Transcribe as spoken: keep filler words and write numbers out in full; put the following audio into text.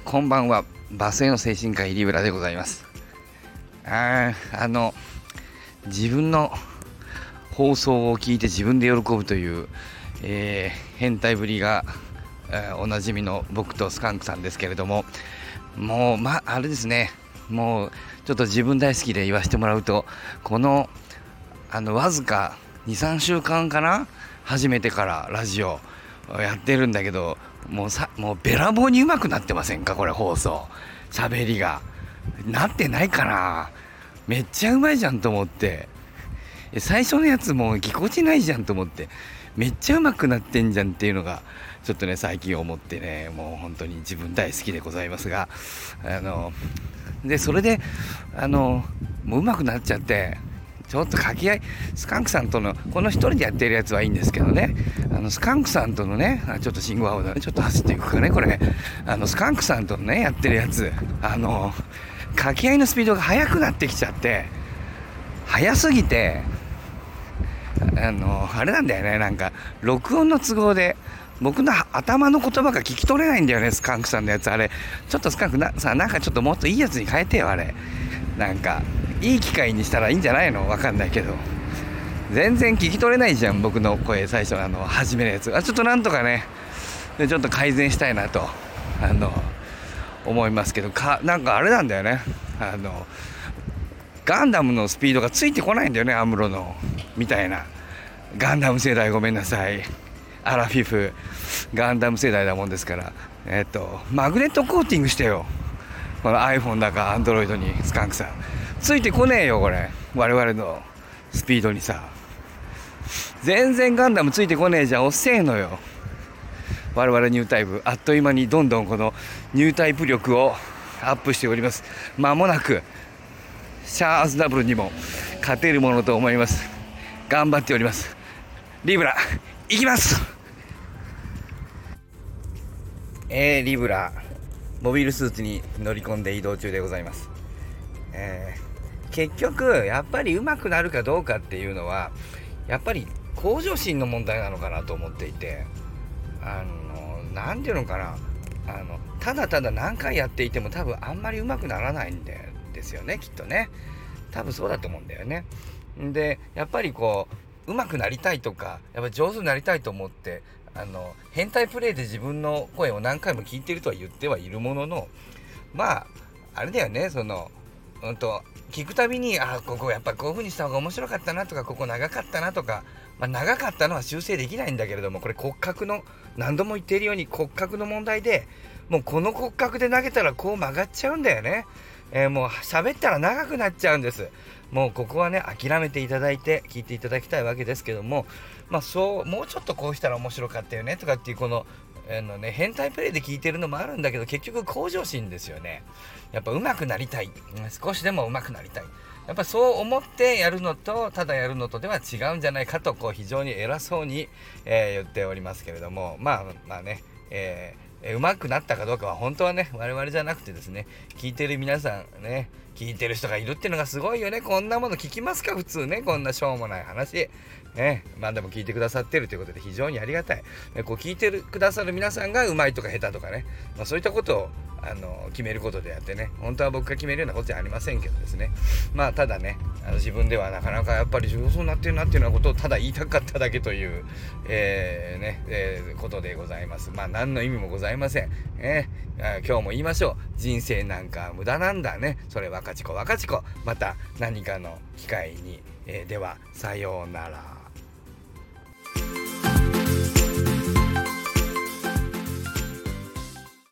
こんばんは。バスへの精神科医リブラでございます。ああの自分の放送を聞いて自分で喜ぶという、えー、変態ぶりが、えー、おなじみの僕とスカンクさんですけれども、もうまあれですね、もうちょっと自分大好きで言わせてもらうと、このあのわずか にさんしゅうかんかな、初めてからラジオやってるんだけど、もうさもうべらぼうに上手くなってませんか？これ放送喋りがなってないかな。めっちゃうまいじゃんと思って、最初のやつもうぎこちないじゃんと思って、めっちゃ上手くなってんじゃんっていうのがちょっとね最近思ってね、もう本当に自分大好きでございますが、あのでそれであのもう上手くなっちゃって、ちょっと掛け合い、スカンクさんとのこの一人でやってるやつはいいんですけどね、あのスカンクさんとのね、ちょっと信号青だね、ちょっと走っていくかね、これあのスカンクさんとのねやってるやつ、あの掛け合いのスピードが速くなってきちゃって、速すぎてあのあれなんだよね、なんか録音の都合で僕の頭の言葉が聞き取れないんだよね、スカンクさんのやつ。あれちょっとスカンクなさ、なんかちょっともっといいやつに変えてよ。あれなんかいい機会にしたらいいんじゃないの？わかんないけど全然聞き取れないじゃん、僕の声。最初あの始めるやつ、あちょっとなんとかねちょっと改善したいなとあの思いますけど、かなんかあれなんだよね、あのガンダムのスピードがついてこないんだよね、アムロのみたいな。ガンダム世代ごめんなさい、アラフィフガンダム世代だもんですから、えっとマグネットコーティングしてよ、この iPhone だか Android に。スカンクさんついてこねえよこれ、我々のスピードにさ。全然ガンダムついてこねえじゃん、遅えのよ。我々ニュータイプあっという間にどんどんこのニュータイプ力をアップしております。間もなくシャーズダブルにも勝てるものと思います。頑張っております。リブラ行きます。えー、リブラモビルスーツに乗り込んで移動中でございます。えー、結局やっぱり上手くなるかどうかっていうのはやっぱり向上心の問題なのかなと思っていて、あのなんていうのかな、あのただただ何回やっていても多分あんまり上手くならないんですよね、きっとね。多分そうだと思うんだよね。でやっぱりこう上手くなりたいとか、やっぱり上手になりたいと思って、あの変態プレイで自分の声を何回も聞いてるとは言ってはいるものの、まああれだよね、そのうんと聞くたびに、あここやっぱこういう風にした方が面白かったなとか、ここ長かったなとか、まあ、長かったのは修正できないんだけれども、これ骨格の、何度も言っているように骨格の問題で、もうこの骨格で投げたらこう曲がっちゃうんだよね。えー、もう喋ったら長くなっちゃうんです。もうここはね諦めていただいて聞いていただきたいわけですけども、まあそうもうちょっとこうしたら面白かったよねとかっていう、このあのね変態プレイで聞いてるのもあるんだけど、結局向上心ですよね。やっぱ上手くなりたい、少しでも上手くなりたい、やっぱそう思ってやるのとただやるのとでは違うんじゃないかと、こう非常に偉そうに、えー、言っておりますけれども、まあまあね、えーうまくなったかどうかは本当はね我々じゃなくてですね、聞いてる皆さんね、聞いてる人がいるっていうのがすごいよね。こんなもの聞きますか普通ね、こんなしょうもない話ね。まあでも聞いてくださってるということで非常にありがたい。こう聞いてるくださる皆さんがうまいとか下手とかね、まあ、そういったことをあの決めることであってね、本当は僕が決めるようなことじゃありませんけどですね、まあただね、あの自分ではなかなかやっぱり上手になってるなっていうようなことをただ言いたかっただけという、えーねえー、ことでございます。まあ何の意味もございません、えー、今日も言いましょう。人生なんか無駄なんだね。それ若ちこ若ちこ。また何かの機会に、えー、ではさようなら。